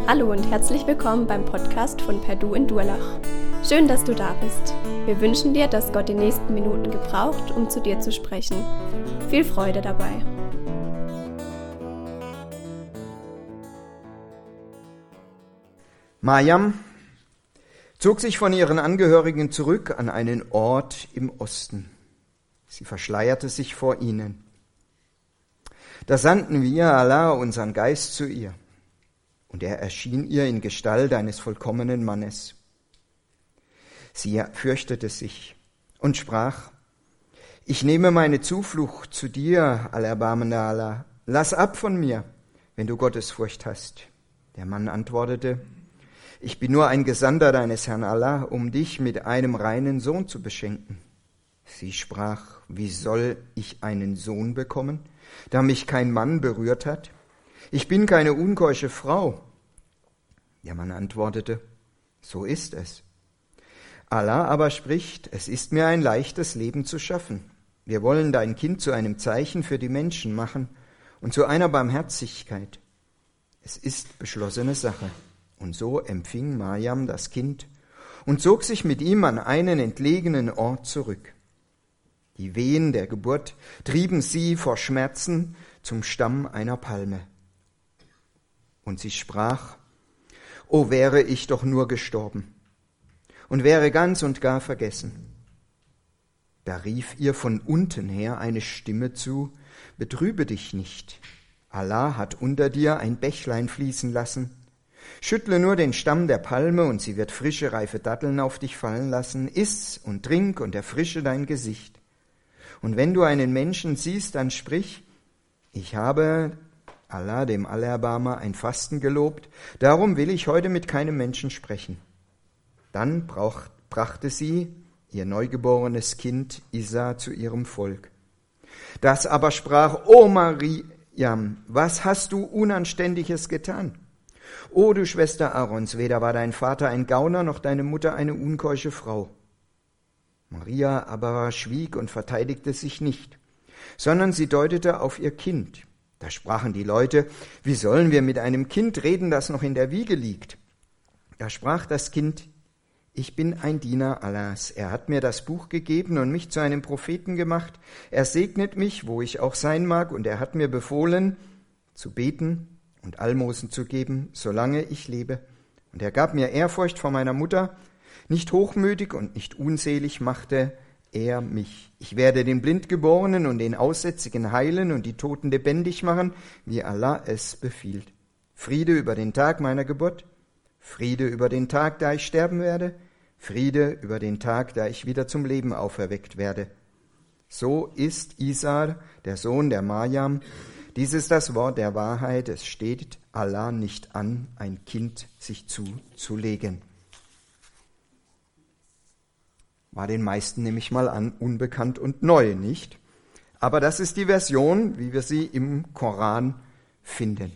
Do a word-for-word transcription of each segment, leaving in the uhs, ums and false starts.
Hallo und herzlich willkommen beim Podcast von Perdu in Durlach. Schön, dass du da bist. Wir wünschen dir, dass Gott die nächsten Minuten gebraucht, um zu dir zu sprechen. Viel Freude dabei. Marjam zog sich von ihren Angehörigen zurück an einen Ort im Osten. Sie verschleierte sich vor ihnen. Da sandten wir, Allah, unseren Geist zu ihr, und er erschien ihr in Gestalt eines vollkommenen Mannes. Sie fürchtete sich und sprach: Ich nehme meine Zuflucht zu dir, allerbarmender Allah. Lass ab von mir, wenn du Gottesfurcht hast. Der Mann antwortete: Ich bin nur ein Gesandter deines Herrn Allah, um dich mit einem reinen Sohn zu beschenken. Sie sprach: Wie soll ich einen Sohn bekommen, da mich kein Mann berührt hat? Ich bin keine unkeusche Frau. Der Mann antwortete: So ist es. Allah aber spricht: Es ist mir ein leichtes Leben zu schaffen. Wir wollen dein Kind zu einem Zeichen für die Menschen machen und zu einer Barmherzigkeit. Es ist beschlossene Sache. Und so empfing Marjam das Kind und zog sich mit ihm an einen entlegenen Ort zurück. Die Wehen der Geburt trieben sie vor Schmerzen zum Stamm einer Palme. Und sie sprach: O wäre ich doch nur gestorben und wäre ganz und gar vergessen. Da rief ihr von unten her eine Stimme zu: Betrübe dich nicht. Allah hat unter dir ein Bächlein fließen lassen. Schüttle nur den Stamm der Palme, und sie wird frische, reife Datteln auf dich fallen lassen. Iss und trink und erfrische dein Gesicht. Und wenn du einen Menschen siehst, dann sprich: Ich habe Allah, dem Allerbarmer, ein Fasten gelobt, darum will ich heute mit keinem Menschen sprechen. Dann brauch, brachte sie ihr neugeborenes Kind Isa zu ihrem Volk. Das aber sprach: O Mariam, was hast du Unanständiges getan? O du Schwester Aarons, weder war dein Vater ein Gauner, noch deine Mutter eine unkeusche Frau. Maria aber schwieg und verteidigte sich nicht, sondern sie deutete auf ihr Kind. Da sprachen die Leute: Wie sollen wir mit einem Kind reden, das noch in der Wiege liegt? Da sprach das Kind: Ich bin ein Diener Allahs. Er hat mir das Buch gegeben und mich zu einem Propheten gemacht. Er segnet mich, wo ich auch sein mag, und er hat mir befohlen, zu beten und Almosen zu geben, solange ich lebe. Und er gab mir Ehrfurcht vor meiner Mutter. Nicht hochmütig und nicht unselig machte er mich. Ich werde den Blindgeborenen und den Aussätzigen heilen und die Toten lebendig machen, wie Allah es befiehlt. Friede über den Tag meiner Geburt, Friede über den Tag, da ich sterben werde, Friede über den Tag, da ich wieder zum Leben auferweckt werde. So ist Isa, der Sohn der Marjam. Dies ist das Wort der Wahrheit. Es steht Allah nicht an, ein Kind sich zuzulegen. War den meisten, nehme ich mal an, unbekannt und neu, nicht? Aber das ist die Version, wie wir sie im Koran finden.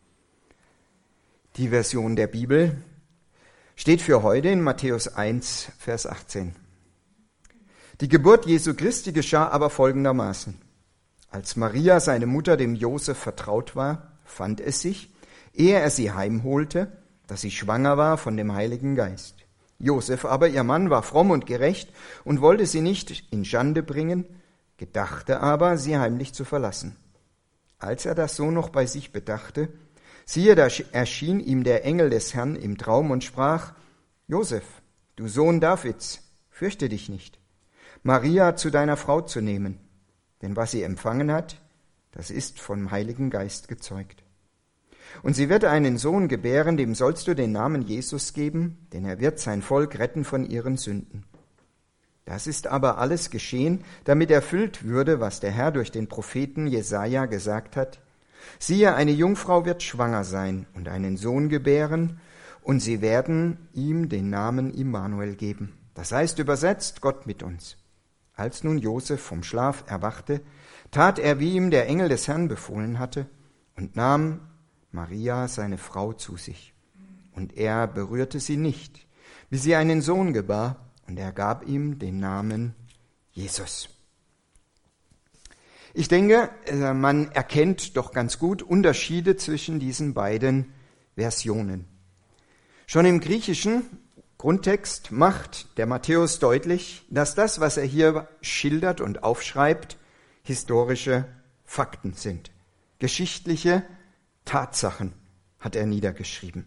Die Version der Bibel steht für heute in Matthäus eins, Vers achtzehn. Die Geburt Jesu Christi geschah aber folgendermaßen. Als Maria, seine Mutter, dem Josef vertraut war, fand es sich, ehe er sie heimholte, dass sie schwanger war von dem Heiligen Geist. Josef aber, ihr Mann, war fromm und gerecht und wollte sie nicht in Schande bringen, gedachte aber, sie heimlich zu verlassen. Als er das so noch bei sich bedachte, siehe, da erschien ihm der Engel des Herrn im Traum und sprach: Josef, du Sohn Davids, fürchte dich nicht, Maria zu deiner Frau zu nehmen, denn was sie empfangen hat, das ist vom Heiligen Geist gezeugt. Und sie wird einen Sohn gebären, dem sollst du den Namen Jesus geben, denn er wird sein Volk retten von ihren Sünden. Das ist aber alles geschehen, damit erfüllt würde, was der Herr durch den Propheten Jesaja gesagt hat: Siehe, eine Jungfrau wird schwanger sein und einen Sohn gebären, und sie werden ihm den Namen Immanuel geben. Das heißt übersetzt: Gott mit uns. Als nun Josef vom Schlaf erwachte, tat er, wie ihm der Engel des Herrn befohlen hatte, und nahm Maria, seine Frau, zu sich. Und er berührte sie nicht, bis sie einen Sohn gebar, und er gab ihm den Namen Jesus. Ich denke, man erkennt doch ganz gut Unterschiede zwischen diesen beiden Versionen. Schon im griechischen Grundtext macht der Matthäus deutlich, dass das, was er hier schildert und aufschreibt, historische Fakten sind. Geschichtliche Tatsachen hat er niedergeschrieben.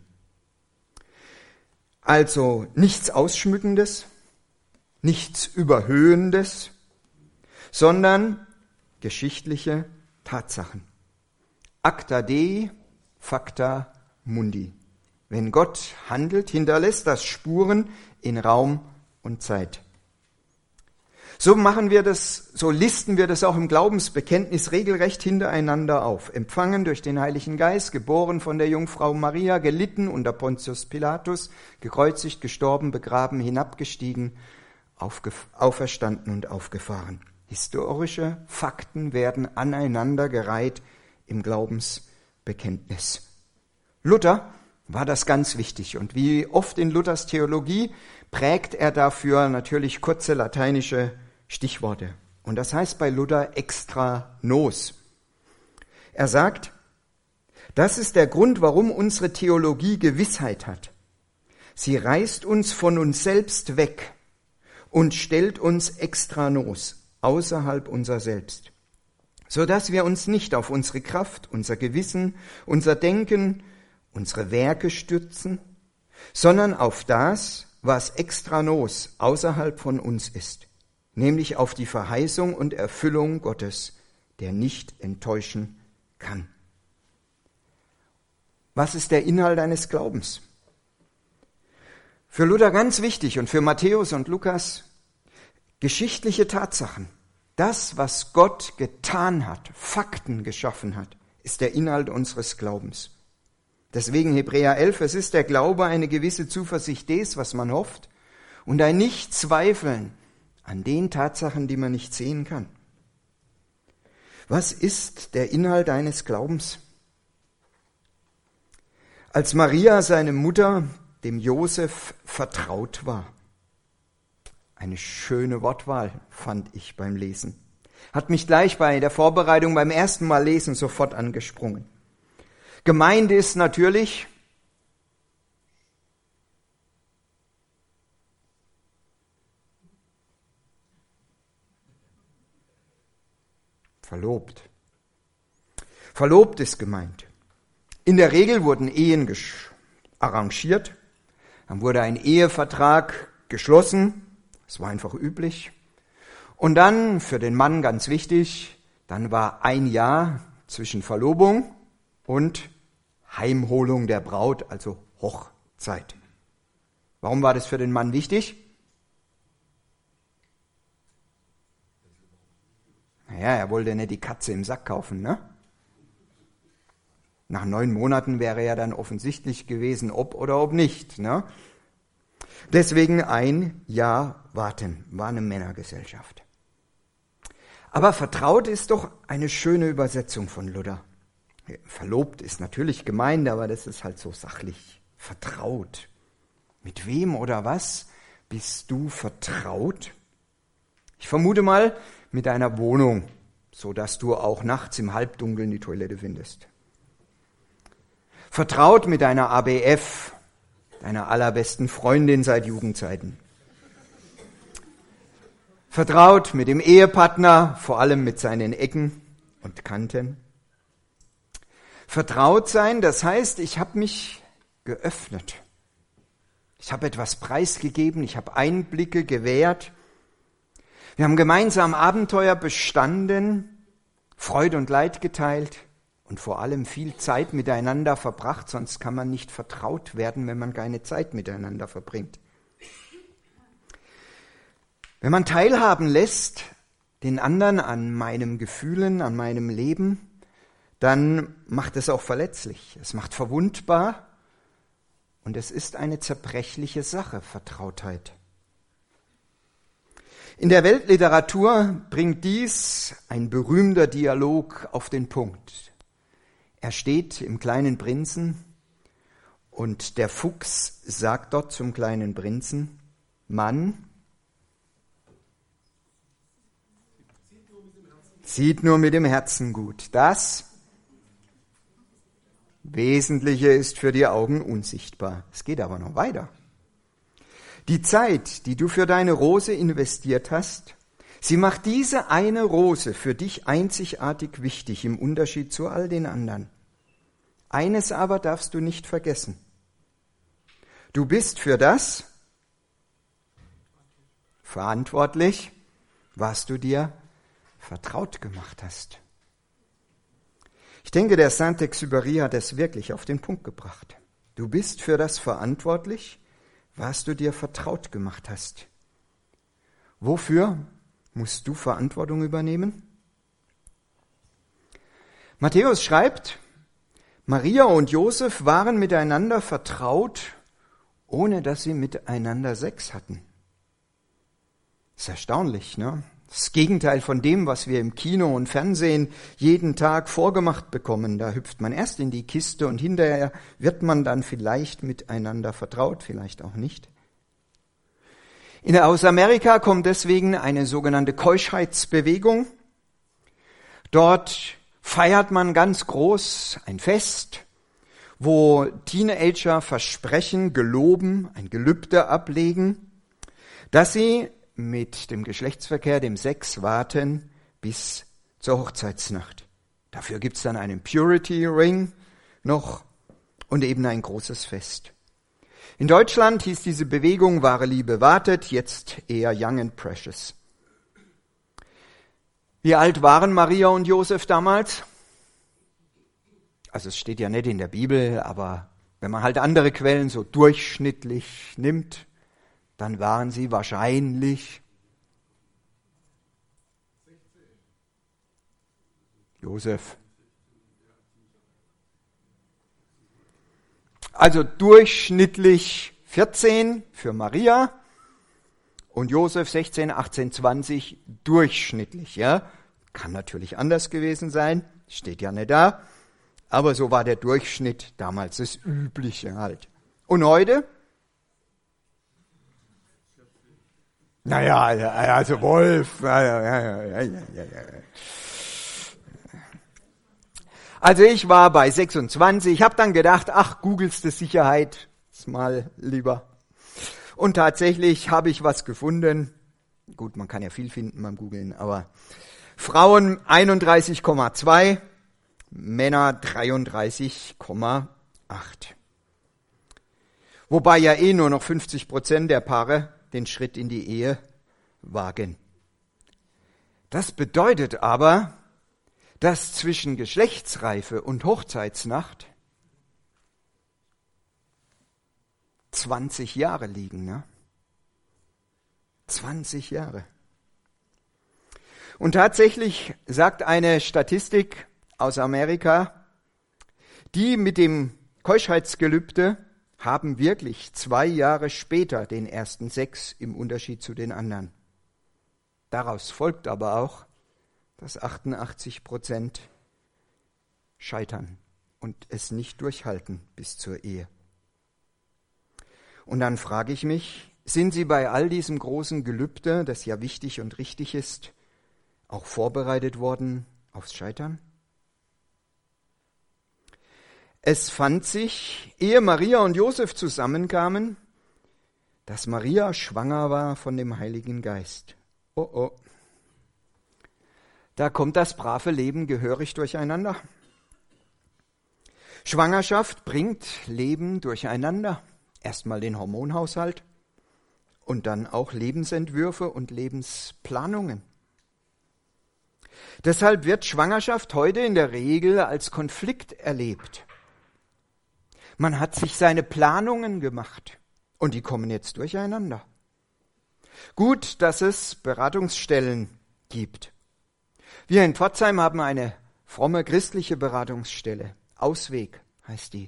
Also nichts Ausschmückendes, nichts Überhöhendes, sondern geschichtliche Tatsachen. Acta Dei, facta mundi. Wenn Gott handelt, hinterlässt das Spuren in Raum und Zeit. So machen wir das, so listen wir das auch im Glaubensbekenntnis regelrecht hintereinander auf. Empfangen durch den Heiligen Geist, geboren von der Jungfrau Maria, gelitten unter Pontius Pilatus, gekreuzigt, gestorben, begraben, hinabgestiegen, aufgef- auferstanden und aufgefahren. Historische Fakten werden aneinandergereiht im Glaubensbekenntnis. Luther war das ganz wichtig und wie oft in Luthers Theologie prägt er dafür natürlich kurze lateinische Stichworte. Und das heißt bei Luther extra nos. Er sagt, das ist der Grund, warum unsere Theologie Gewissheit hat. Sie reißt uns von uns selbst weg und stellt uns extra nos, außerhalb unser Selbst, sodass wir uns nicht auf unsere Kraft, unser Gewissen, unser Denken, unsere Werke stützen, sondern auf das, was extra nos, außerhalb von uns ist, nämlich auf die Verheißung und Erfüllung Gottes, der nicht enttäuschen kann. Was ist der Inhalt eines Glaubens? Für Luther ganz wichtig und für Matthäus und Lukas geschichtliche Tatsachen. Das, was Gott getan hat, Fakten geschaffen hat, ist der Inhalt unseres Glaubens. Deswegen Hebräer elf, es ist der Glaube eine gewisse Zuversicht des, was man hofft, und ein Nichtzweifeln an den Tatsachen, die man nicht sehen kann. Was ist der Inhalt eines Glaubens? Als Maria, seine Mutter, dem Josef vertraut war. Eine schöne Wortwahl fand ich beim Lesen. Hat mich gleich bei der Vorbereitung beim ersten Mal lesen sofort angesprungen. Gemeint ist natürlich verlobt. Verlobt ist gemeint. In der Regel wurden Ehen gesch- arrangiert, dann wurde ein Ehevertrag geschlossen, das war einfach üblich. Und dann, für den Mann ganz wichtig, dann war ein Jahr zwischen Verlobung und Heimholung der Braut, also Hochzeit. Warum war das für den Mann wichtig? Naja, er wollte nicht die Katze im Sack kaufen, ne? Nach neun Monaten wäre ja dann offensichtlich gewesen, ob oder ob nicht, ne? Deswegen ein Jahr warten, war eine Männergesellschaft. Aber vertraut ist doch eine schöne Übersetzung von Luther. Verlobt ist natürlich gemeint, aber das ist halt so sachlich. Vertraut. Mit wem oder was bist du vertraut? Ich vermute mal mit deiner Wohnung, so dass du auch nachts im Halbdunkeln die Toilette findest. Vertraut mit deiner A B F, deiner allerbesten Freundin seit Jugendzeiten. Vertraut mit dem Ehepartner, vor allem mit seinen Ecken und Kanten. Vertraut sein, das heißt, ich habe mich geöffnet. Ich habe etwas preisgegeben, ich habe Einblicke gewährt. Wir haben gemeinsam Abenteuer bestanden, Freude und Leid geteilt und vor allem viel Zeit miteinander verbracht, sonst kann man nicht vertraut werden, wenn man keine Zeit miteinander verbringt. Wenn man teilhaben lässt, den anderen an meinen Gefühlen, an meinem Leben, dann macht es auch verletzlich, es macht verwundbar und es ist eine zerbrechliche Sache, Vertrautheit. In der Weltliteratur bringt dies ein berühmter Dialog auf den Punkt. Er steht im kleinen Prinzen und der Fuchs sagt dort zum kleinen Prinzen, Mann, sieht nur mit dem Herzen gut. Das Wesentliche ist für die Augen unsichtbar. Es geht aber noch weiter. Die Zeit, die du für deine Rose investiert hast, sie macht diese eine Rose für dich einzigartig wichtig im Unterschied zu all den anderen. Eines aber darfst du nicht vergessen. Du bist für das verantwortlich, was du dir vertraut gemacht hast. Ich denke, der Saint-Exupéry hat es wirklich auf den Punkt gebracht. Du bist für das verantwortlich, was du dir vertraut gemacht hast. Wofür musst du Verantwortung übernehmen? Matthäus schreibt, Maria und Josef waren miteinander vertraut, ohne dass sie miteinander Sex hatten. Das ist erstaunlich, ne? Das Gegenteil von dem, was wir im Kino und Fernsehen jeden Tag vorgemacht bekommen. Da hüpft man erst in die Kiste und hinterher wird man dann vielleicht miteinander vertraut, vielleicht auch nicht. In, aus Amerika kommt deswegen eine sogenannte Keuschheitsbewegung. Dort feiert man ganz groß ein Fest, wo Teenager versprechen, geloben, ein Gelübde ablegen, dass sie mit dem Geschlechtsverkehr, dem Sex warten bis zur Hochzeitsnacht. Dafür gibt's dann einen Purity Ring noch und eben ein großes Fest. In Deutschland hieß diese Bewegung Wahre Liebe wartet, jetzt eher Young and Precious. Wie alt waren Maria und Josef damals? Also es steht ja nicht in der Bibel, aber wenn man halt andere Quellen so durchschnittlich nimmt, dann waren sie wahrscheinlich Josef. Also durchschnittlich vierzehn für Maria und Josef sechzehn, achtzehn, zwanzig durchschnittlich. Ja, kann natürlich anders gewesen sein, steht ja nicht da, aber so war der Durchschnitt damals, das Übliche halt. Und heute? Naja, also Wolf. Also ich war bei sechsundzwanzig, habe dann gedacht, ach, googelste Sicherheit, ist mal lieber. Und tatsächlich habe ich was gefunden. Gut, man kann ja viel finden beim Googlen, aber Frauen einunddreißig Komma zwei, Männer dreiunddreißig Komma acht. Wobei ja eh nur noch fünfzig Prozent der Paare den Schritt in die Ehe wagen. Das bedeutet aber, dass zwischen Geschlechtsreife und Hochzeitsnacht zwanzig Jahre liegen, ne? zwanzig Jahre. Und tatsächlich sagt eine Statistik aus Amerika, die mit dem Keuschheitsgelübde haben wirklich zwei Jahre später den ersten Sex im Unterschied zu den anderen. Daraus folgt aber auch, dass achtundachtzig Prozent scheitern und es nicht durchhalten bis zur Ehe. Und dann frage ich mich, sind Sie bei all diesem großen Gelübde, das ja wichtig und richtig ist, auch vorbereitet worden aufs Scheitern? Es fand sich, ehe Maria und Josef zusammenkamen, dass Maria schwanger war von dem Heiligen Geist. Oh oh. Da kommt das brave Leben gehörig durcheinander. Schwangerschaft bringt Leben durcheinander. Erstmal den Hormonhaushalt und dann auch Lebensentwürfe und Lebensplanungen. Deshalb wird Schwangerschaft heute in der Regel als Konflikt erlebt. Man hat sich seine Planungen gemacht und die kommen jetzt durcheinander. Gut, dass es Beratungsstellen gibt. Wir in Pforzheim haben eine fromme christliche Beratungsstelle. Ausweg heißt die.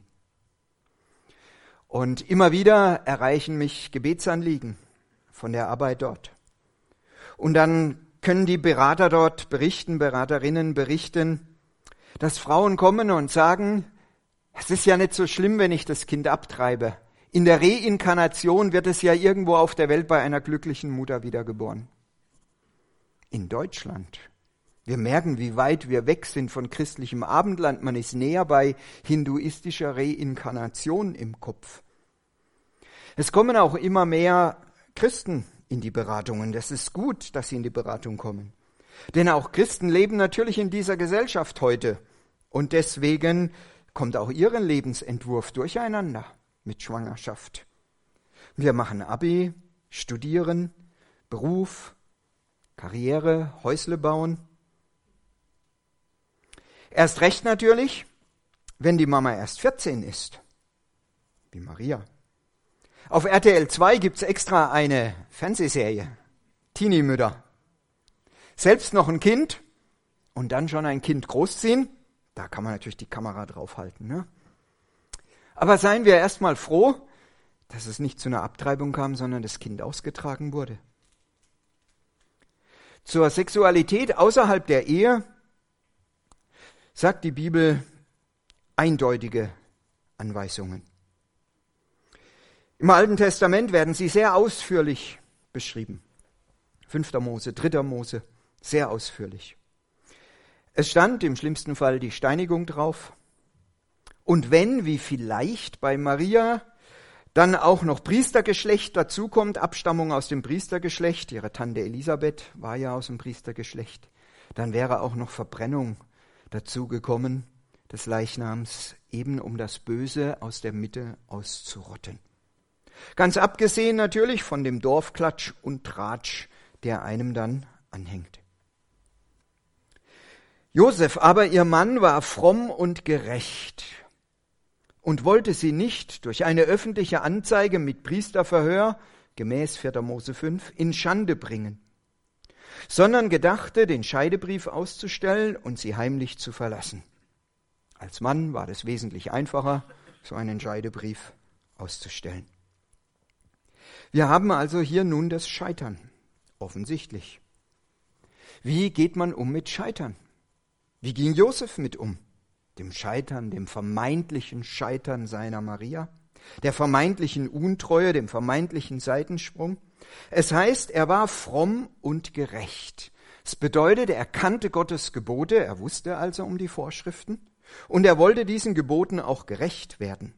Und immer wieder erreichen mich Gebetsanliegen von der Arbeit dort. Und dann können die Berater dort berichten, Beraterinnen berichten, dass Frauen kommen und sagen, es ist ja nicht so schlimm, wenn ich das Kind abtreibe. In der Reinkarnation wird es ja irgendwo auf der Welt bei einer glücklichen Mutter wiedergeboren. In Deutschland Wir merken, wie weit wir weg sind von christlichem Abendland. Man ist näher bei hinduistischer Reinkarnation im Kopf. Es kommen auch immer mehr Christen in die Beratungen. Das ist gut, dass sie in die Beratung kommen. Denn auch Christen leben natürlich in dieser Gesellschaft heute. Und deswegen kommt auch ihr Lebensentwurf durcheinander mit Schwangerschaft. Wir machen Abi, studieren, Beruf, Karriere, Häusle bauen. Erst recht natürlich, wenn die Mama erst vierzehn ist, wie Maria. Auf R T L zwei gibt es extra eine Fernsehserie, Teenie-Mütter. Selbst noch ein Kind und dann schon ein Kind großziehen, da kann man natürlich die Kamera draufhalten. Ne? Aber seien wir erstmal froh, dass es nicht zu einer Abtreibung kam, sondern das Kind ausgetragen wurde. Zur Sexualität außerhalb der Ehe sagt die Bibel eindeutige Anweisungen. Im Alten Testament werden sie sehr ausführlich beschrieben. Fünfter Mose, dritter Mose, sehr ausführlich. Es stand im schlimmsten Fall die Steinigung drauf. Und wenn, wie vielleicht bei Maria, dann auch noch Priestergeschlecht dazukommt, Abstammung aus dem Priestergeschlecht, ihre Tante Elisabeth war ja aus dem Priestergeschlecht, dann wäre auch noch Verbrennung dazugekommen des Leichnams, eben um das Böse aus der Mitte auszurotten. Ganz abgesehen natürlich von dem Dorfklatsch und Tratsch, der einem dann anhängt. Josef aber, ihr Mann, war fromm und gerecht und wollte sie nicht durch eine öffentliche Anzeige mit Priesterverhör, gemäß vierter Mose fünf, in Schande bringen, sondern gedachte, den Scheidebrief auszustellen und sie heimlich zu verlassen. Als Mann war es wesentlich einfacher, so einen Scheidebrief auszustellen. Wir haben also hier nun das Scheitern, offensichtlich. Wie geht man um mit Scheitern? Wie ging Josef mit um? Dem Scheitern, dem vermeintlichen Scheitern seiner Maria, der vermeintlichen Untreue, dem vermeintlichen Seitensprung. Es heißt, er war fromm und gerecht. Es bedeutet, er kannte Gottes Gebote, er wusste also um die Vorschriften und er wollte diesen Geboten auch gerecht werden.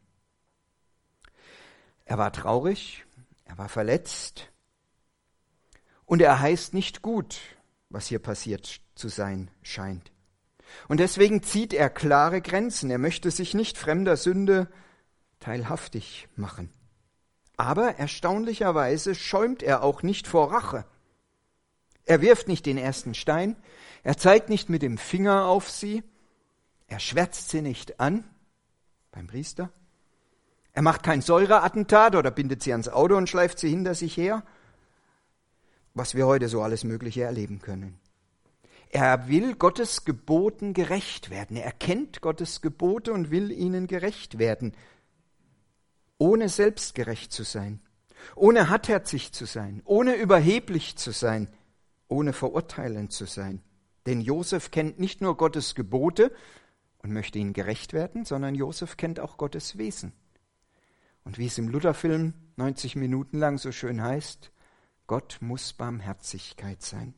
Er war traurig, er war verletzt und er heißt nicht gut, was hier passiert zu sein scheint. Und deswegen zieht er klare Grenzen. Er möchte sich nicht fremder Sünde teilhaftig machen. Aber erstaunlicherweise schäumt er auch nicht vor Rache. Er wirft nicht den ersten Stein, er zeigt nicht mit dem Finger auf sie, er schwärzt sie nicht an beim Priester. Er macht kein Säureattentat oder bindet sie ans Auto und schleift sie hinter sich her, was wir heute so alles Mögliche erleben können. Er will Gottes Geboten gerecht werden. Er kennt Gottes Gebote und will ihnen gerecht werden, ohne selbstgerecht zu sein, ohne hartherzig zu sein, ohne überheblich zu sein, ohne verurteilend zu sein. Denn Josef kennt nicht nur Gottes Gebote und möchte ihnen gerecht werden, sondern Josef kennt auch Gottes Wesen. Und wie es im Lutherfilm neunzig Minuten lang so schön heißt, Gott muss Barmherzigkeit sein.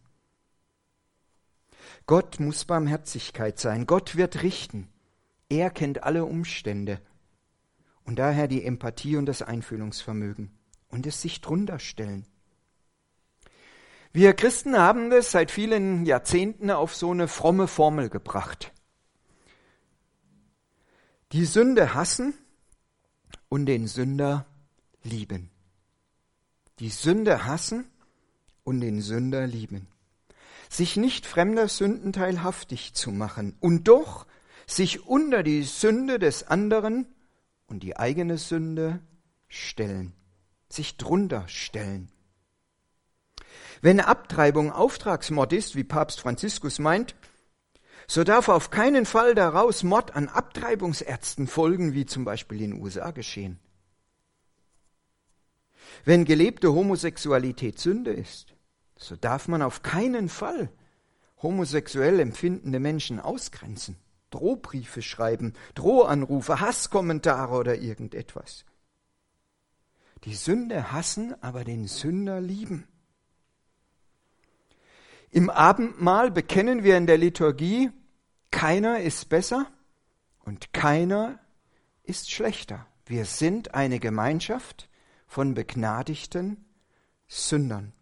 Gott muss Barmherzigkeit sein. Gott wird richten. Er kennt alle Umstände. Und daher die Empathie und das Einfühlungsvermögen und es sich drunter stellen. Wir Christen haben das seit vielen Jahrzehnten auf so eine fromme Formel gebracht. Die Sünde hassen und den Sünder lieben. Die Sünde hassen und den Sünder lieben. Sich nicht fremder Sünden teilhaftig zu machen und doch sich unter die Sünde des anderen und die eigene Sünde stellen, sich drunter stellen. Wenn Abtreibung Auftragsmord ist, wie Papst Franziskus meint, so darf auf keinen Fall daraus Mord an Abtreibungsärzten folgen, wie zum Beispiel in den U S A geschehen. Wenn gelebte Homosexualität Sünde ist, so darf man auf keinen Fall homosexuell empfindende Menschen ausgrenzen, Drohbriefe schreiben, Drohanrufe, Hasskommentare oder irgendetwas. Die Sünde hassen, aber den Sünder lieben. Im Abendmahl bekennen wir in der Liturgie, keiner ist besser und keiner ist schlechter. Wir sind eine Gemeinschaft von begnadigten Sündern.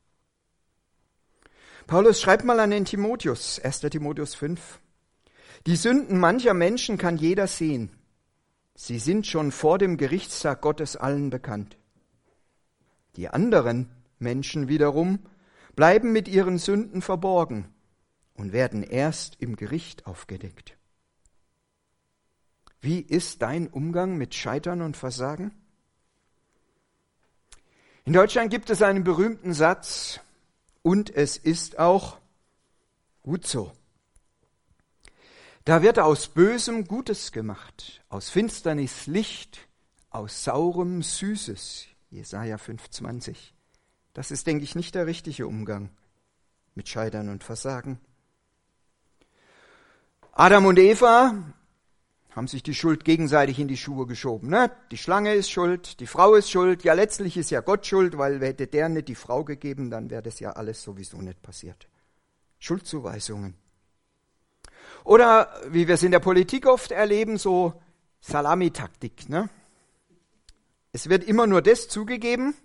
Paulus schreibt mal an den Timotheus, erster Timotheus fünf. Die Sünden mancher Menschen kann jeder sehen. Sie sind schon vor dem Gerichtstag Gottes allen bekannt. Die anderen Menschen wiederum bleiben mit ihren Sünden verborgen und werden erst im Gericht aufgedeckt. Wie ist dein Umgang mit Scheitern und Versagen? In Deutschland gibt es einen berühmten Satz, und es ist auch gut so. Da wird aus Bösem Gutes gemacht, aus Finsternis Licht, aus Saurem Süßes. Jesaja fünf zwanzig. Das ist, denke ich, nicht der richtige Umgang mit Scheitern und Versagen. Adam und Eva haben sich die Schuld gegenseitig in die Schuhe geschoben. Ne? Die Schlange ist schuld, die Frau ist schuld. Ja, letztlich ist ja Gott schuld, weil hätte der nicht die Frau gegeben, dann wäre das ja alles sowieso nicht passiert. Schuldzuweisungen. Oder, wie wir es in der Politik oft erleben, so Salamitaktik. Ne? Es wird immer nur das zugegeben,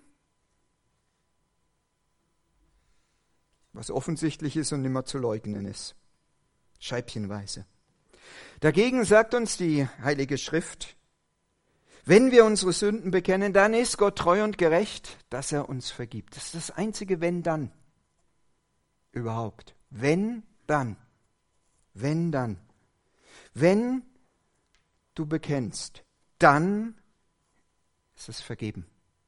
was offensichtlich ist und nimmer zu leugnen ist. Scheibchenweise. Dagegen sagt uns die Heilige Schrift, wenn wir unsere Sünden bekennen, dann ist Gott treu und gerecht, dass er uns vergibt. Das ist das einzige Wenn, dann. Überhaupt. Wenn, dann. Wenn, dann. Wenn du bekennst, dann ist es vergeben.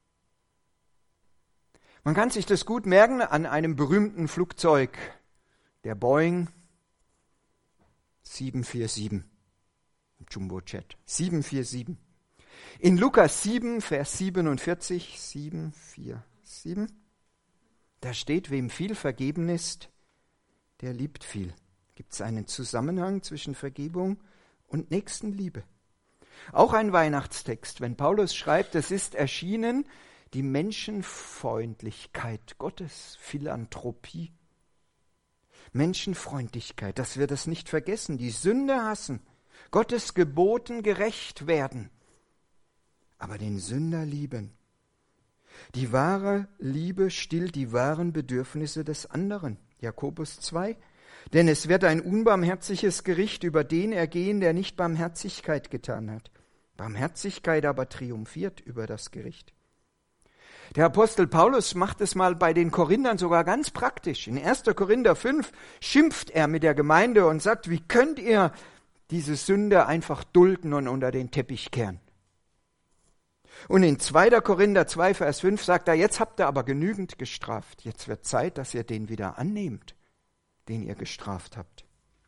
Man kann sich das gut merken an einem berühmten Flugzeug, der Boeing sieben vier sieben, Jumbojet, sieben vier sieben. In Lukas sieben, Vers siebenundvierzig, sieben vier sieben, da steht, wem viel vergeben ist, der liebt viel. Gibt es einen Zusammenhang zwischen Vergebung und Nächstenliebe? Auch ein Weihnachtstext, wenn Paulus schreibt, es ist erschienen die Menschenfreundlichkeit Gottes, Philanthropie. Menschenfreundlichkeit, dass wir das nicht vergessen, die Sünde hassen, Gottes Geboten gerecht werden, aber den Sünder lieben. Die wahre Liebe stillt die wahren Bedürfnisse des anderen. Jakobus zwei. Denn es wird ein unbarmherziges Gericht über den ergehen, der nicht Barmherzigkeit getan hat. Barmherzigkeit aber triumphiert über das Gericht. Der Apostel Paulus macht es mal bei den Korinthern sogar ganz praktisch. In erster Korinther fünf schimpft er mit der Gemeinde und sagt, wie könnt ihr diese Sünde einfach dulden und unter den Teppich kehren? Und in zweiter Korinther zwei, Vers fünf sagt er, jetzt habt ihr aber genügend gestraft. Jetzt wird Zeit, dass ihr den wieder annehmt, den ihr gestraft habt.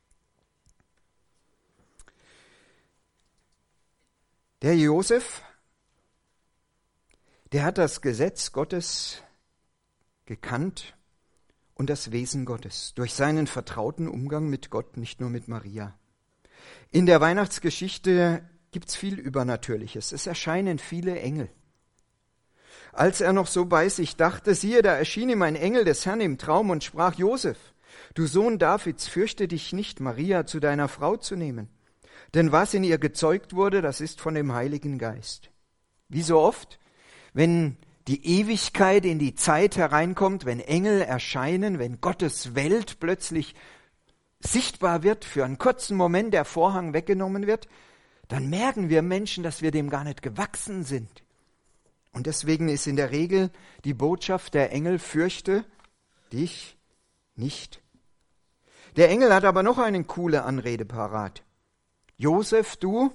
Der Josef, der hat das Gesetz Gottes gekannt und das Wesen Gottes durch seinen vertrauten Umgang mit Gott, nicht nur mit Maria. In der Weihnachtsgeschichte gibt es viel Übernatürliches. Es erscheinen viele Engel. Als er noch so bei sich dachte, siehe, da erschien ihm ein Engel des Herrn im Traum und sprach, Josef, du Sohn Davids, fürchte dich nicht, Maria zu deiner Frau zu nehmen. Denn was in ihr gezeugt wurde, das ist von dem Heiligen Geist. Wie so oft, wenn die Ewigkeit in die Zeit hereinkommt, wenn Engel erscheinen, wenn Gottes Welt plötzlich sichtbar wird, für einen kurzen Moment der Vorhang weggenommen wird, dann merken wir Menschen, dass wir dem gar nicht gewachsen sind. Und deswegen ist in der Regel die Botschaft der Engel, fürchte dich nicht. Der Engel hat aber noch eine coole Anrede parat. Josef, du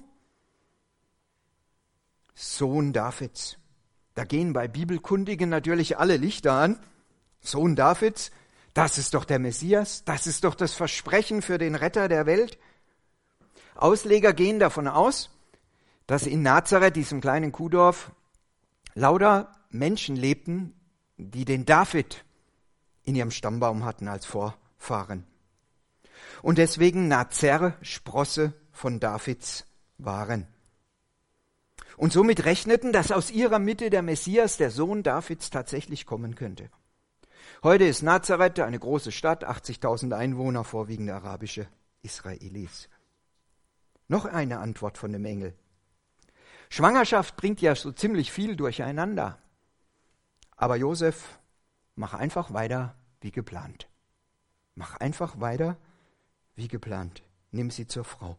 Sohn Davids. Da gehen bei Bibelkundigen natürlich alle Lichter an. Sohn Davids, das ist doch der Messias, das ist doch das Versprechen für den Retter der Welt. Ausleger gehen davon aus, dass in Nazareth, diesem kleinen Kuhdorf, lauter Menschen lebten, die den David in ihrem Stammbaum hatten als Vorfahren. Und deswegen Nazer, Sprosse von Davids waren. Und somit rechneten, dass aus ihrer Mitte der Messias, der Sohn Davids, tatsächlich kommen könnte. Heute ist Nazareth eine große Stadt, achtzigtausend Einwohner, vorwiegend arabische Israelis. Noch eine Antwort von dem Engel. Schwangerschaft bringt ja so ziemlich viel durcheinander. Aber Josef, mach einfach weiter wie geplant. Mach einfach weiter wie geplant. Nimm sie zur Frau.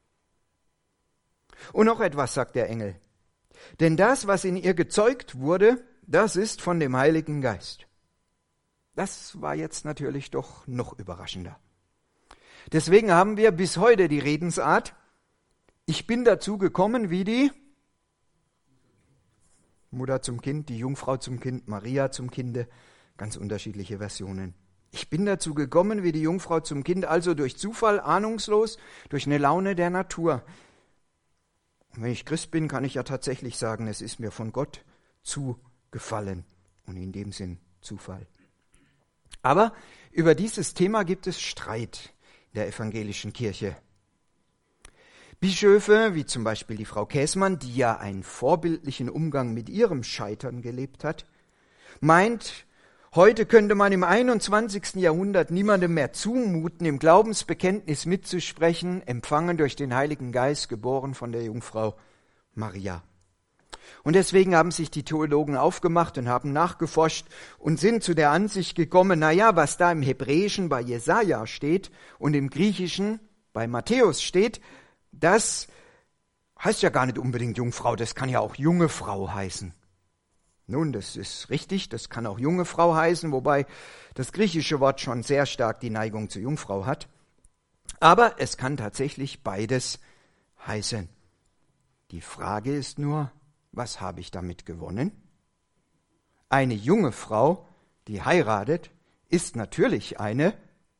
Und noch etwas sagt der Engel. Denn das, was in ihr gezeugt wurde, das ist von dem Heiligen Geist. Das war jetzt natürlich doch noch überraschender. Deswegen haben wir bis heute die Redensart, ich bin dazu gekommen wie die Mutter zum Kind, die Jungfrau zum Kind, Maria zum Kinde, ganz unterschiedliche Versionen. Ich bin dazu gekommen wie die Jungfrau zum Kind, also durch Zufall, ahnungslos, durch eine Laune der Natur. Und wenn ich Christ bin, kann ich ja tatsächlich sagen, es ist mir von Gott zugefallen und in dem Sinn Zufall. Aber über dieses Thema gibt es Streit in der evangelischen Kirche. Bischöfe, wie zum Beispiel die Frau Käßmann, die ja einen vorbildlichen Umgang mit ihrem Scheitern gelebt hat, meint, heute könnte man im einundzwanzigsten Jahrhundert niemandem mehr zumuten, im Glaubensbekenntnis mitzusprechen, empfangen durch den Heiligen Geist, geboren von der Jungfrau Maria. Und deswegen haben sich die Theologen aufgemacht und haben nachgeforscht und sind zu der Ansicht gekommen, na ja, was da im Hebräischen bei Jesaja steht und im Griechischen bei Matthäus steht, das heißt ja gar nicht unbedingt Jungfrau, das kann ja auch junge Frau heißen. Nun, das ist richtig, das kann auch junge Frau heißen, wobei das griechische Wort schon sehr stark die Neigung zur Jungfrau hat. Aber es kann tatsächlich beides heißen. Die Frage ist nur, was habe ich damit gewonnen? Eine junge Frau, die heiratet, ist natürlich eine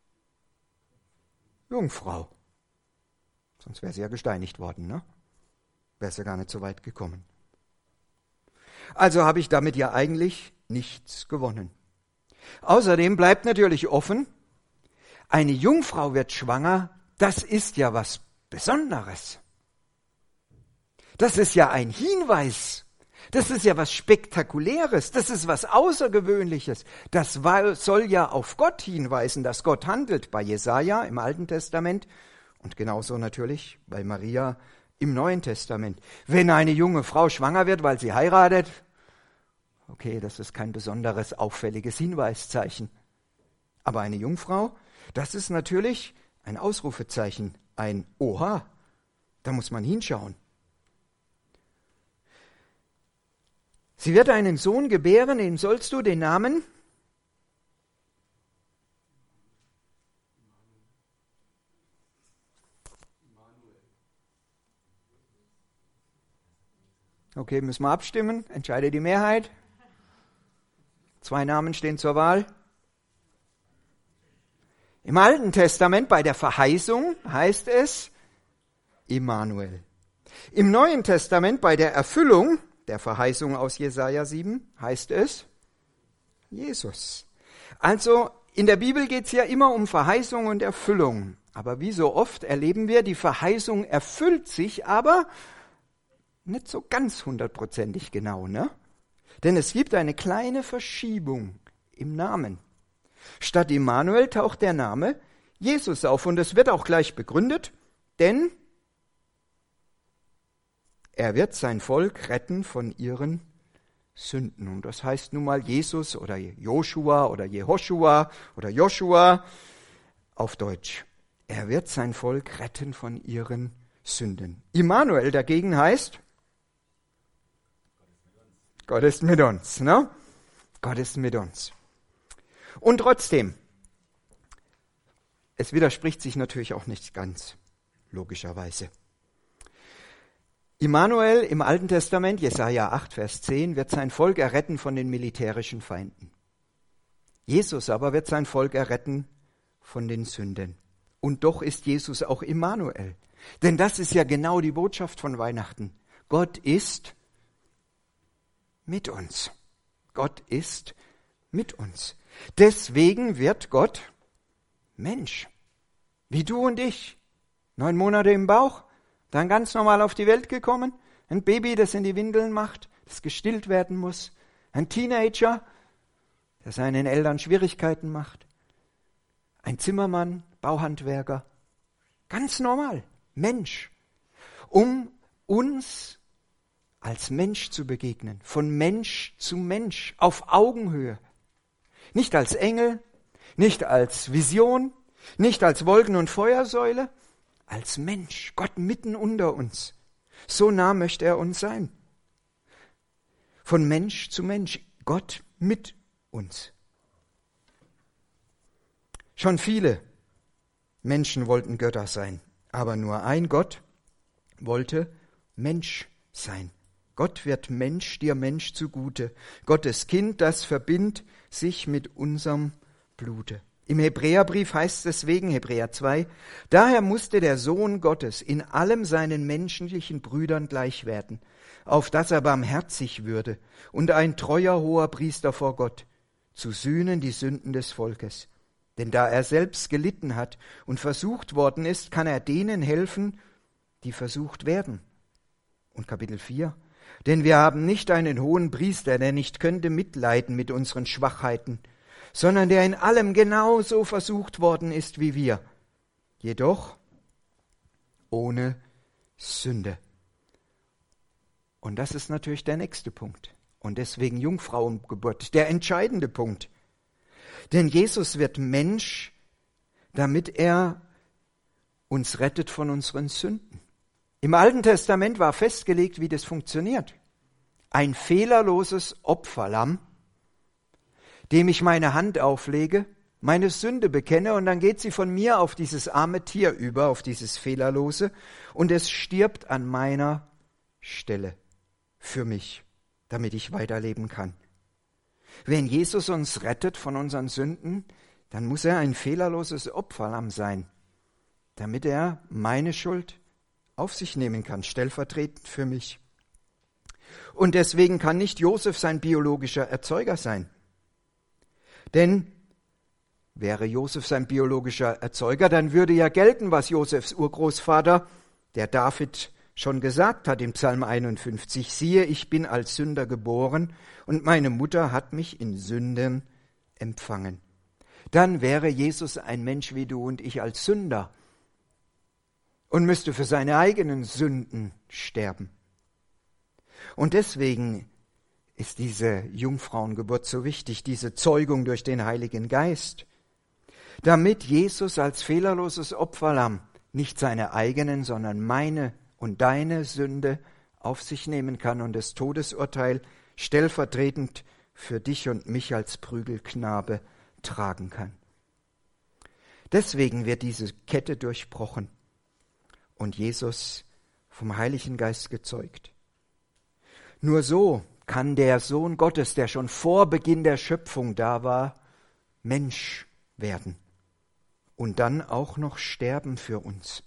Jungfrau. Sonst wäre sie ja gesteinigt worden, ne? Wäre sie gar nicht so weit gekommen. Also habe ich damit ja eigentlich nichts gewonnen. Außerdem bleibt natürlich offen, eine Jungfrau wird schwanger, das ist ja was Besonderes. Das ist ja ein Hinweis. Das ist ja was Spektakuläres. Das ist was Außergewöhnliches. Das war, soll ja auf Gott hinweisen, dass Gott handelt bei Jesaja im Alten Testament und genauso natürlich bei Maria im Neuen Testament. Wenn eine junge Frau schwanger wird, weil sie heiratet, okay, das ist kein besonderes auffälliges Hinweiszeichen. Aber eine Jungfrau, das ist natürlich ein Ausrufezeichen, ein Oha. Da muss man hinschauen. Sie wird einen Sohn gebären, den sollst du den Namen Okay, müssen wir abstimmen. Entscheide die Mehrheit. Zwei Namen stehen zur Wahl. Im Alten Testament bei der Verheißung heißt es Immanuel. Im Neuen Testament bei der Erfüllung der Verheißung aus Jesaja sieben heißt es Jesus. Also in der Bibel geht es ja immer um Verheißung und Erfüllung. Aber wie so oft erleben wir, die Verheißung erfüllt sich, aber nicht so ganz hundertprozentig genau, ne? Denn es gibt eine kleine Verschiebung im Namen. Statt Immanuel taucht der Name Jesus auf und es wird auch gleich begründet, denn er wird sein Volk retten von ihren Sünden. Und das heißt nun mal Jesus oder Joshua oder Jehoshua oder Joshua auf Deutsch. Er wird sein Volk retten von ihren Sünden. Immanuel dagegen heißt Gott ist mit uns, ne? Gott ist mit uns. Und trotzdem, es widerspricht sich natürlich auch nicht ganz, logischerweise. Immanuel im Alten Testament, Jesaja acht, Vers zehn, wird sein Volk erretten von den militärischen Feinden. Jesus aber wird sein Volk erretten von den Sünden. Und doch ist Jesus auch Immanuel. Denn das ist ja genau die Botschaft von Weihnachten. Gott ist mit uns. Gott ist mit uns. Deswegen wird Gott Mensch. Wie du und ich. Neun Monate im Bauch, dann ganz normal auf die Welt gekommen. Ein Baby, das in die Windeln macht, das gestillt werden muss. Ein Teenager, der seinen Eltern Schwierigkeiten macht. Ein Zimmermann, Bauhandwerker, ganz normal, Mensch, um uns als Mensch zu begegnen, von Mensch zu Mensch, auf Augenhöhe. Nicht als Engel, nicht als Vision, nicht als Wolken- und Feuersäule, als Mensch, Gott mitten unter uns. So nah möchte er uns sein. Von Mensch zu Mensch, Gott mit uns. Schon viele Menschen wollten Götter sein, aber nur ein Gott wollte Mensch sein. Gott wird Mensch, dir Mensch zugute. Gottes Kind, das verbindet sich mit unserem Blute. Im Hebräerbrief heißt es deswegen, Hebräer zwei, daher musste der Sohn Gottes in allem seinen menschlichen Brüdern gleich werden, auf dass er barmherzig würde und ein treuer hoher Priester vor Gott, zu sühnen die Sünden des Volkes. Denn da er selbst gelitten hat und versucht worden ist, kann er denen helfen, die versucht werden. Und Kapitel vier, denn wir haben nicht einen hohen Priester, der nicht könnte mitleiden mit unseren Schwachheiten, sondern der in allem genauso versucht worden ist wie wir, jedoch ohne Sünde. Und das ist natürlich der nächste Punkt. Und deswegen Jungfrauengeburt, der entscheidende Punkt. Denn Jesus wird Mensch, damit er uns rettet von unseren Sünden. Im Alten Testament war festgelegt, wie das funktioniert. Ein fehlerloses Opferlamm, dem ich meine Hand auflege, meine Sünde bekenne und dann geht sie von mir auf dieses arme Tier über, auf dieses fehlerlose, und es stirbt an meiner Stelle für mich, damit ich weiterleben kann. Wenn Jesus uns rettet von unseren Sünden, dann muss er ein fehlerloses Opferlamm sein, damit er meine Schuld auf sich nehmen kann, stellvertretend für mich. Und deswegen kann nicht Josef sein biologischer Erzeuger sein. Denn wäre Josef sein biologischer Erzeuger, dann würde ja gelten, was Josefs Urgroßvater, der David, schon gesagt hat im Psalm einundfünfzig, siehe, ich bin als Sünder geboren und meine Mutter hat mich in Sünden empfangen. Dann wäre Jesus ein Mensch wie du und ich als Sünder und müsste für seine eigenen Sünden sterben. Und deswegen ist diese Jungfrauengeburt so wichtig, diese Zeugung durch den Heiligen Geist, damit Jesus als fehlerloses Opferlamm nicht seine eigenen, sondern meine und deine Sünde auf sich nehmen kann und das Todesurteil stellvertretend für dich und mich als Prügelknabe tragen kann. Deswegen wird diese Kette durchbrochen und Jesus vom Heiligen Geist gezeugt. Nur so kann der Sohn Gottes, der schon vor Beginn der Schöpfung da war, Mensch werden und dann auch noch sterben für uns.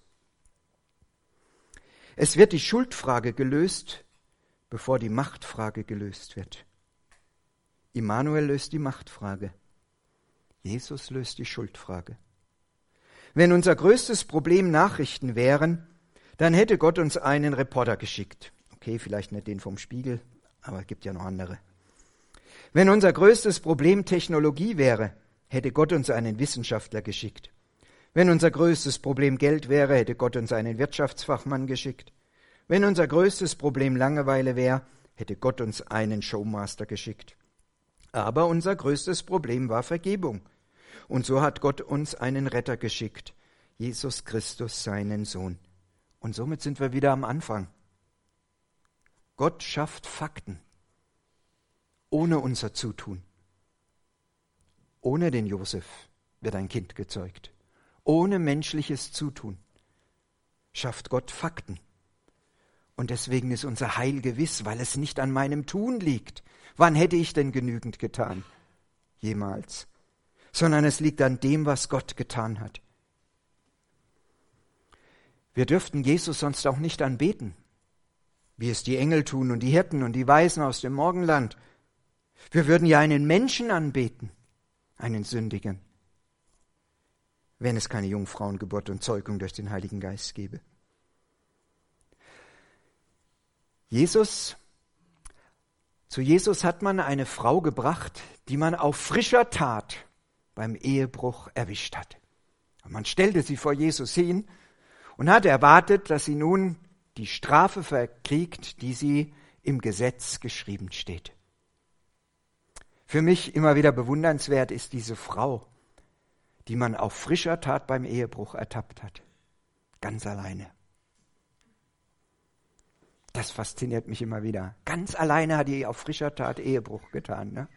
Es wird die Schuldfrage gelöst, bevor die Machtfrage gelöst wird. Immanuel löst die Machtfrage. Jesus löst die Schuldfrage. Wenn unser größtes Problem Nachrichten wären, dann hätte Gott uns einen Reporter geschickt. Okay, vielleicht nicht den vom Spiegel, aber es gibt ja noch andere. Wenn unser größtes Problem Technologie wäre, hätte Gott uns einen Wissenschaftler geschickt. Wenn unser größtes Problem Geld wäre, hätte Gott uns einen Wirtschaftsfachmann geschickt. Wenn unser größtes Problem Langeweile wäre, hätte Gott uns einen Showmaster geschickt. Aber unser größtes Problem war Vergebung. Und so hat Gott uns einen Retter geschickt, Jesus Christus, seinen Sohn. Und somit sind wir wieder am Anfang. Gott schafft Fakten, ohne unser Zutun. Ohne den Josef wird ein Kind gezeugt. Ohne menschliches Zutun schafft Gott Fakten. Und deswegen ist unser Heil gewiss, weil es nicht an meinem Tun liegt. Wann hätte ich denn genügend getan? Jemals. Sondern es liegt an dem, was Gott getan hat. Wir dürften Jesus sonst auch nicht anbeten, wie es die Engel tun und die Hirten und die Weisen aus dem Morgenland. Wir würden ja einen Menschen anbeten, einen Sündigen, wenn es keine Jungfrauengeburt und Zeugung durch den Heiligen Geist gäbe. Zu Jesus hat man eine Frau gebracht, die man auf frischer Tat beim Ehebruch erwischt hat. Und man stellte sie vor Jesus hin und hat erwartet, dass sie nun die Strafe verkriegt, die sie im Gesetz geschrieben steht. Für mich immer wieder bewundernswert ist diese Frau, die man auf frischer Tat beim Ehebruch ertappt hat. Ganz alleine. Das fasziniert mich immer wieder. Ganz alleine hat die auf frischer Tat Ehebruch getan. Ne?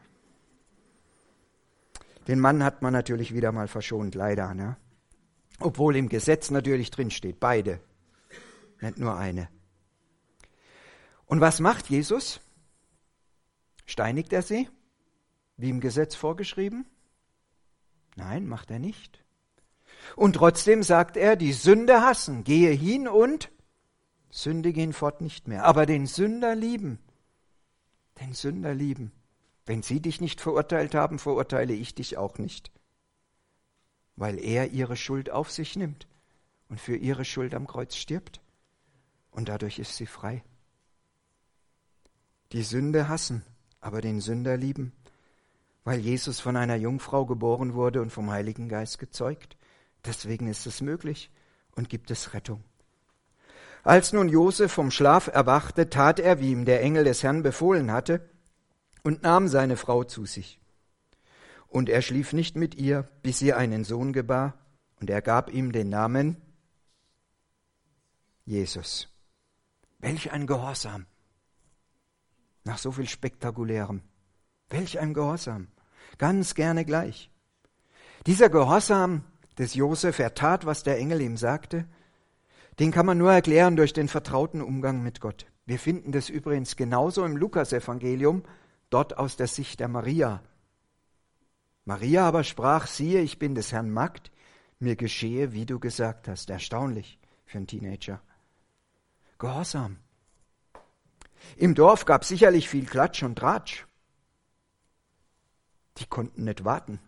Den Mann hat man natürlich wieder mal verschont, leider. Ne? Obwohl im Gesetz natürlich drinsteht, beide, nicht nur eine. Und was macht Jesus? Steinigt er sie, wie im Gesetz vorgeschrieben? Nein, macht er nicht. Und trotzdem sagt er, die Sünde hassen, gehe hin und sündige hinfort nicht mehr. Aber den Sünder lieben, den Sünder lieben. Wenn sie dich nicht verurteilt haben, verurteile ich dich auch nicht. Weil er ihre Schuld auf sich nimmt und für ihre Schuld am Kreuz stirbt. Und dadurch ist sie frei. Die Sünde hassen, aber den Sünder lieben, weil Jesus von einer Jungfrau geboren wurde und vom Heiligen Geist gezeugt. Deswegen ist es möglich und gibt es Rettung. Als nun Josef vom Schlaf erwachte, tat er, wie ihm der Engel des Herrn befohlen hatte, und nahm seine Frau zu sich. Und er schlief nicht mit ihr, bis sie einen Sohn gebar, und er gab ihm den Namen Jesus. Welch ein Gehorsam! Nach so viel Spektakulärem. Welch ein Gehorsam! Ganz gerne gleich. Dieser Gehorsam des Josef, er tat, was der Engel ihm sagte, den kann man nur erklären durch den vertrauten Umgang mit Gott. Wir finden das übrigens genauso im Lukasevangelium, dort aus der Sicht der Maria. Maria aber sprach, siehe, ich bin des Herrn Magd, mir geschehe, wie du gesagt hast. Erstaunlich für einen Teenager. Gehorsam. Im Dorf gab es sicherlich viel Klatsch und Tratsch. Die konnten nicht warten.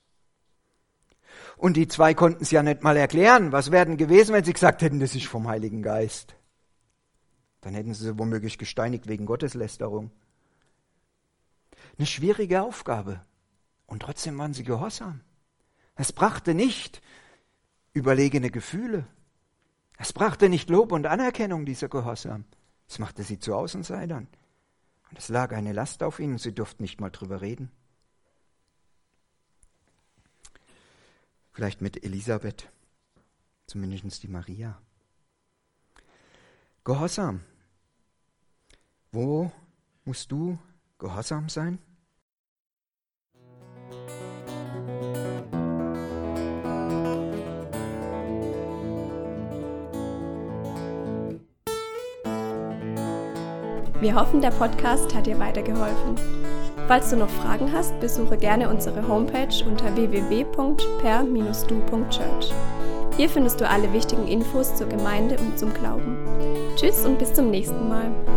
Und die zwei konnten es ja nicht mal erklären. Was wäre denn gewesen, wenn sie gesagt hätten, das ist vom Heiligen Geist? Dann hätten sie sie womöglich gesteinigt wegen Gotteslästerung. Eine schwierige Aufgabe. Und trotzdem waren sie gehorsam. Es brachte nicht überlegene Gefühle. Es brachte nicht Lob und Anerkennung, dieser Gehorsam. Es machte sie zu Außenseitern. Und es lag eine Last auf ihnen, sie durften nicht mal drüber reden. Vielleicht mit Elisabeth, zumindest die Maria. Gehorsam. Wo musst du gehorsam sein? Wir hoffen, der Podcast hat dir weitergeholfen. Falls du noch Fragen hast, besuche gerne unsere Homepage unter w w w punkt per Bindestrich du punkt church. Hier findest du alle wichtigen Infos zur Gemeinde und zum Glauben. Tschüss und bis zum nächsten Mal.